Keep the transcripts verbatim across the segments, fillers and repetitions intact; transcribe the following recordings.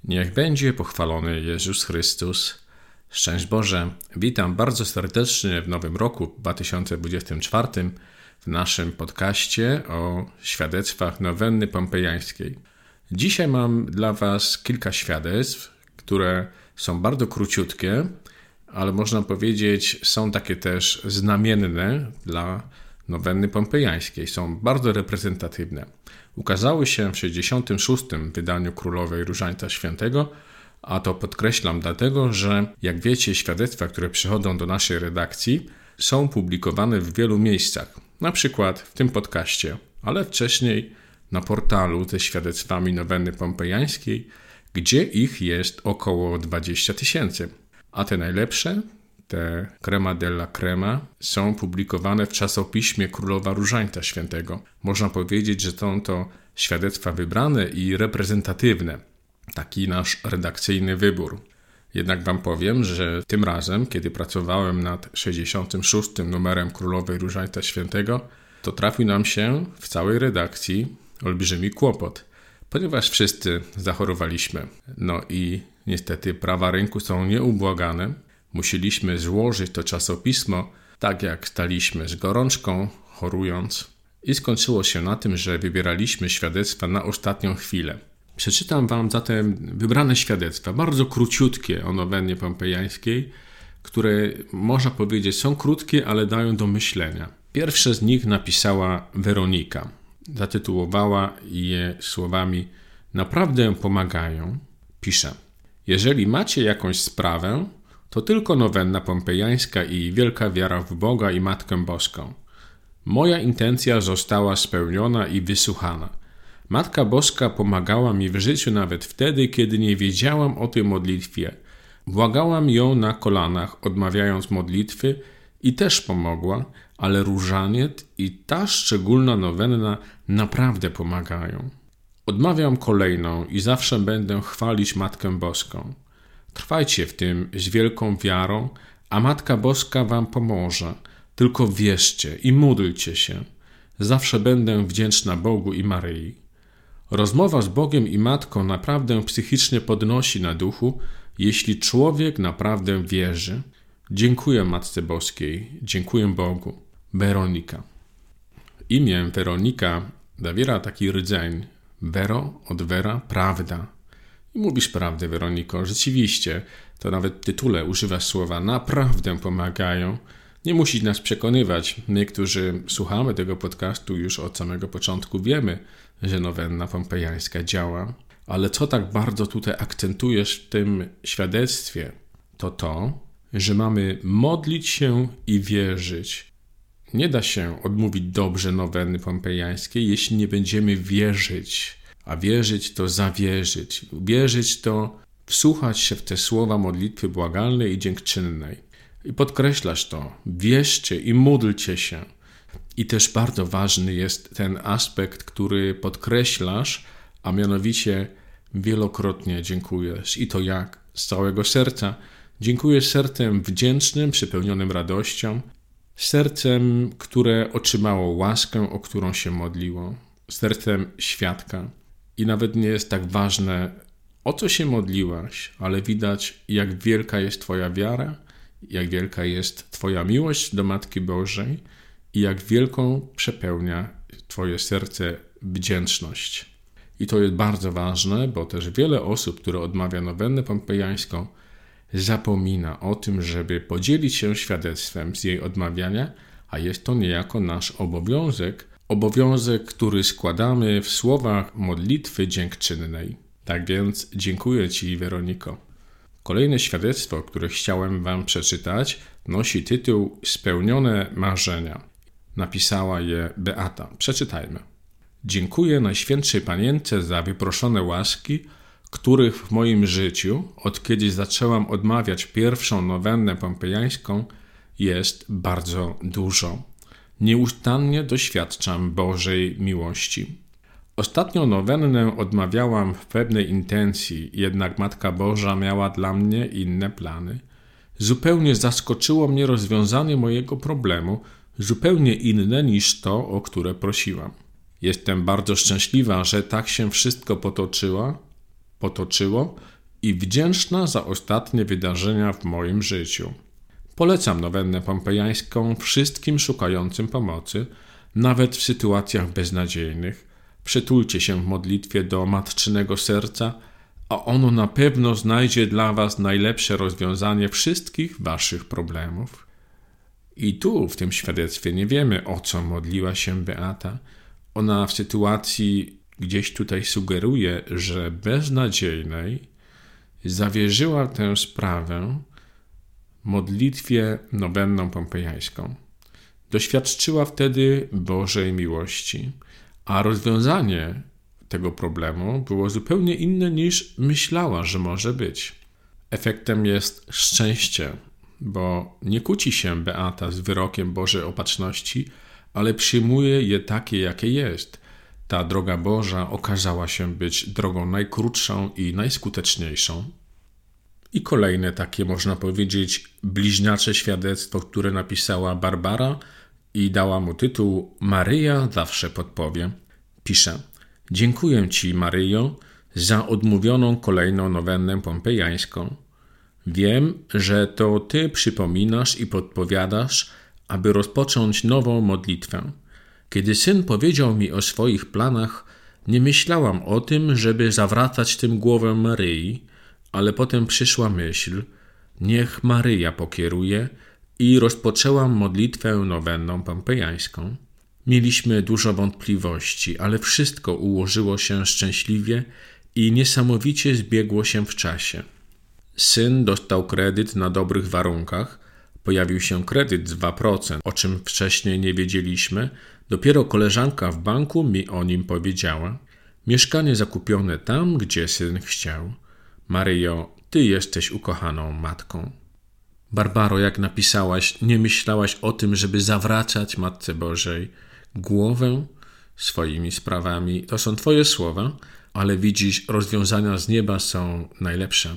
Niech będzie pochwalony Jezus Chrystus. Szczęść Boże, witam bardzo serdecznie w nowym roku dwa tysiące dwudziestym czwartym w naszym podcaście o świadectwach nowenny pompejańskiej. Dzisiaj mam dla Was kilka świadectw, które są bardzo króciutkie, ale można powiedzieć są takie też znamienne dla nowenny pompejańskiej. Są bardzo reprezentatywne. Ukazały się w sześćdziesiątym szóstym wydaniu Królowej Różańca Świętego, a to podkreślam dlatego, że jak wiecie, świadectwa, które przychodzą do naszej redakcji, są publikowane w wielu miejscach. Na przykład w tym podcaście, ale wcześniej na portalu ze świadectwami nowenny pompejańskiej, gdzie ich jest około dwadzieścia tysięcy. A te najlepsze, te crema della crema, są publikowane w czasopiśmie Królowa Różańca Świętego. Można powiedzieć, że są to świadectwa wybrane i reprezentatywne. Taki nasz redakcyjny wybór. Jednak Wam powiem, że tym razem, kiedy pracowałem nad sześćdziesiątym szóstym numerem Królowej Różańca Świętego, to trafił nam się w całej redakcji olbrzymi kłopot, ponieważ wszyscy zachorowaliśmy. No i niestety prawa rynku są nieubłagane. Musieliśmy złożyć to czasopismo, tak jak staliśmy z gorączką, chorując. I skończyło się na tym, że wybieraliśmy świadectwa na ostatnią chwilę. Przeczytam Wam zatem wybrane świadectwa, bardzo króciutkie o nowennie pompejańskiej, które można powiedzieć są krótkie, ale dają do myślenia. Pierwsze z nich napisała Weronika. Zatytułowała je słowami: naprawdę pomagają. Pisze: jeżeli macie jakąś sprawę, to tylko nowenna pompejańska i wielka wiara w Boga i Matkę Boską. Moja intencja została spełniona i wysłuchana. Matka Boska pomagała mi w życiu nawet wtedy, kiedy nie wiedziałam o tej modlitwie. Błagałam ją na kolanach, odmawiając modlitwy, i też pomogła, ale różaniec i ta szczególna nowenna naprawdę pomagają. Odmawiam kolejną i zawsze będę chwalić Matkę Boską. Trwajcie w tym z wielką wiarą, a Matka Boska Wam pomoże. Tylko wierzcie i módlcie się. Zawsze będę wdzięczna Bogu i Maryi. Rozmowa z Bogiem i Matką naprawdę psychicznie podnosi na duchu, jeśli człowiek naprawdę wierzy. Dziękuję Matce Boskiej, dziękuję Bogu. Weronika. Imię Weronika zawiera taki rdzeń. Vero od vera, prawda. I mówisz prawdę, Weroniko, rzeczywiście, to nawet w tytule używasz słowa naprawdę pomagają. Nie musisz nas przekonywać. My, którzy słuchamy tego podcastu już od samego początku, wiemy, że nowenna pompejańska działa. Ale co tak bardzo tutaj akcentujesz w tym świadectwie, to to, że mamy modlić się i wierzyć. Nie da się odmówić dobrze nowenny pompejańskiej, jeśli nie będziemy wierzyć. A wierzyć to zawierzyć. Wierzyć to wsłuchać się w te słowa modlitwy błagalnej i dziękczynnej. I podkreślasz to. Wierzcie i módlcie się. I też bardzo ważny jest ten aspekt, który podkreślasz, a mianowicie wielokrotnie dziękujesz. I to jak? Z całego serca. Dziękujesz sercem wdzięcznym, przepełnionym radością. Sercem, które otrzymało łaskę, o którą się modliło. Sercem świadka. I nawet nie jest tak ważne, o co się modliłaś, ale widać, jak wielka jest Twoja wiara, jak wielka jest Twoja miłość do Matki Bożej i jak wielką przepełnia Twoje serce wdzięczność. I to jest bardzo ważne, bo też wiele osób, które odmawia nowennę pompejańską, zapomina o tym, żeby podzielić się świadectwem z jej odmawiania, a jest to niejako nasz obowiązek, Obowiązek, który składamy w słowach modlitwy dziękczynnej. Tak więc dziękuję Ci, Weroniko. Kolejne świadectwo, które chciałem Wam przeczytać, nosi tytuł Spełnione marzenia. Napisała je Beata. Przeczytajmy. Dziękuję Najświętszej Panience za wyproszone łaski, których w moim życiu, od kiedy zaczęłam odmawiać pierwszą nowennę pompejańską, jest bardzo dużo. Nieustannie doświadczam Bożej miłości. Ostatnią nowennę odmawiałam w pewnej intencji, jednak Matka Boża miała dla mnie inne plany. Zupełnie zaskoczyło mnie rozwiązanie mojego problemu, zupełnie inne niż to, o które prosiłam. Jestem bardzo szczęśliwa, że tak się wszystko potoczyło, potoczyło i wdzięczna za ostatnie wydarzenia w moim życiu. Polecam nowennę pompejańską wszystkim szukającym pomocy, nawet w sytuacjach beznadziejnych. Przytulcie się w modlitwie do matczynego serca, a ono na pewno znajdzie dla was najlepsze rozwiązanie wszystkich waszych problemów. I tu, w tym świadectwie, nie wiemy, o co modliła się Beata. Ona w sytuacji gdzieś tutaj sugeruje, że beznadziejnej zawierzyła tę sprawę modlitwie nowenną pompejańską. Doświadczyła wtedy Bożej miłości, a rozwiązanie tego problemu było zupełnie inne niż myślała, że może być. Efektem jest szczęście, bo nie kłóci się Beata z wyrokiem Bożej Opatrzności, ale przyjmuje je takie, jakie jest. Ta droga Boża okazała się być drogą najkrótszą i najskuteczniejszą. I kolejne takie, można powiedzieć, bliźniacze świadectwo, które napisała Barbara i dała mu tytuł Maryja zawsze podpowie. Pisze: dziękuję Ci, Maryjo, za odmówioną kolejną nowennę pompejańską. Wiem, że to Ty przypominasz i podpowiadasz, aby rozpocząć nową modlitwę. Kiedy syn powiedział mi o swoich planach, nie myślałam o tym, żeby zawracać tym głowę Maryi, ale potem przyszła myśl, niech Maryja pokieruje, i rozpoczęłam modlitwę nowenną pompejańską. Mieliśmy dużo wątpliwości, ale wszystko ułożyło się szczęśliwie i niesamowicie zbiegło się w czasie. Syn dostał kredyt na dobrych warunkach, pojawił się kredyt z dwa procent, o czym wcześniej nie wiedzieliśmy, dopiero koleżanka w banku mi o nim powiedziała. Mieszkanie zakupione tam, gdzie syn chciał. Maryjo, Ty jesteś ukochaną matką. Barbaro, jak napisałaś, nie myślałaś o tym, żeby zawracać Matce Bożej głowę swoimi sprawami. To są Twoje słowa, ale widzisz, rozwiązania z nieba są najlepsze.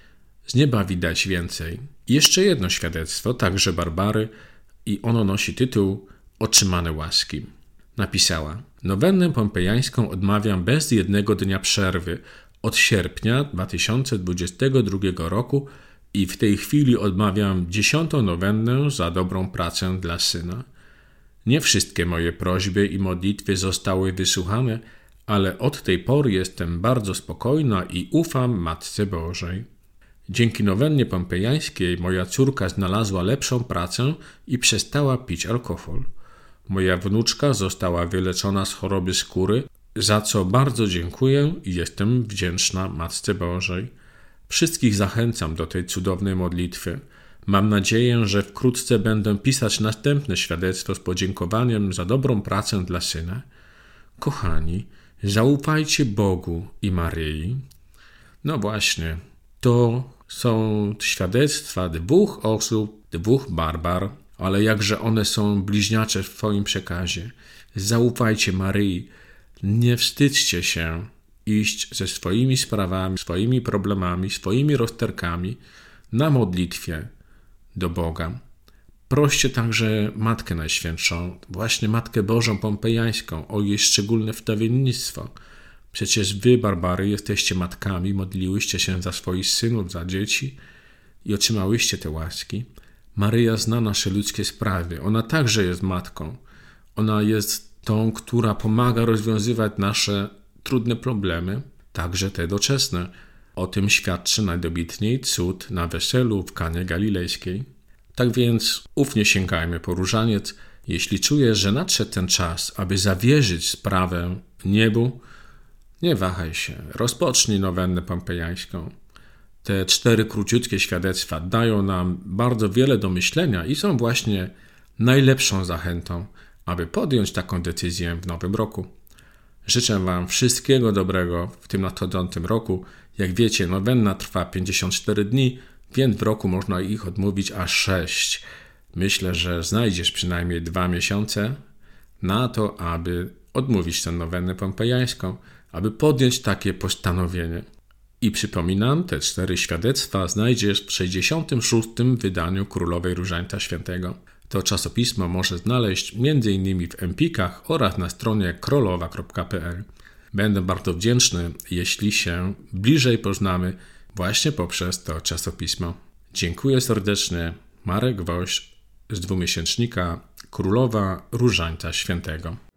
Z nieba widać więcej. I jeszcze jedno świadectwo, także Barbary, i ono nosi tytuł Otrzymane łaski. Napisała: nowennę pompejańską odmawiam bez jednego dnia przerwy od sierpnia dwa tysiące dwudziestego drugiego roku i w tej chwili odmawiam dziesiątą nowennę za dobrą pracę dla syna. Nie wszystkie moje prośby i modlitwy zostały wysłuchane, ale od tej pory jestem bardzo spokojna i ufam Matce Bożej. Dzięki nowennie pompejańskiej moja córka znalazła lepszą pracę i przestała pić alkohol. Moja wnuczka została wyleczona z choroby skóry, za co bardzo dziękuję i jestem wdzięczna Matce Bożej. Wszystkich zachęcam do tej cudownej modlitwy. Mam nadzieję, że wkrótce będę pisać następne świadectwo z podziękowaniem za dobrą pracę dla syna. Kochani, zaufajcie Bogu i Maryi. No właśnie, to są świadectwa dwóch osób, dwóch Barbar, ale jakże one są bliźniacze w Twoim przekazie. Zaufajcie Maryi, nie wstydźcie się iść ze swoimi sprawami, swoimi problemami, swoimi rozterkami na modlitwie do Boga. Proście także Matkę Najświętszą, właśnie Matkę Bożą Pompejańską, o jej szczególne wstawiennictwo. Przecież wy, Barbary, jesteście matkami, modliłyście się za swoich synów, za dzieci i otrzymałyście te łaski. Maryja zna nasze ludzkie sprawy. Ona także jest matką. Ona jest tą, która pomaga rozwiązywać nasze trudne problemy, także te doczesne. O tym świadczy najdobitniej cud na weselu w Kanie Galilejskiej. Tak więc ufnie sięgajmy po różaniec, jeśli czujesz, że nadszedł ten czas, aby zawierzyć sprawę niebu. Nie wahaj się, rozpocznij nowennę pompejańską. Te cztery króciutkie świadectwa dają nam bardzo wiele do myślenia i są właśnie najlepszą zachętą, aby podjąć taką decyzję w nowym roku. Życzę Wam wszystkiego dobrego w tym nadchodzącym roku. Jak wiecie, nowenna trwa pięćdziesiąt cztery dni, więc w roku można ich odmówić aż sześć. Myślę, że znajdziesz przynajmniej dwa miesiące na to, aby odmówić tę nowennę pompejańską, aby podjąć takie postanowienie. I przypominam, te cztery świadectwa znajdziesz w sześćdziesiątym szóstym wydaniu Królowej Różańca Świętego. To czasopismo możesz znaleźć między innymi w Empikach oraz na stronie krolowa kropka p l. Będę bardzo wdzięczny, jeśli się bliżej poznamy właśnie poprzez to czasopismo. Dziękuję serdecznie. Marek Woś z dwumiesięcznika Królowa Różańca Świętego.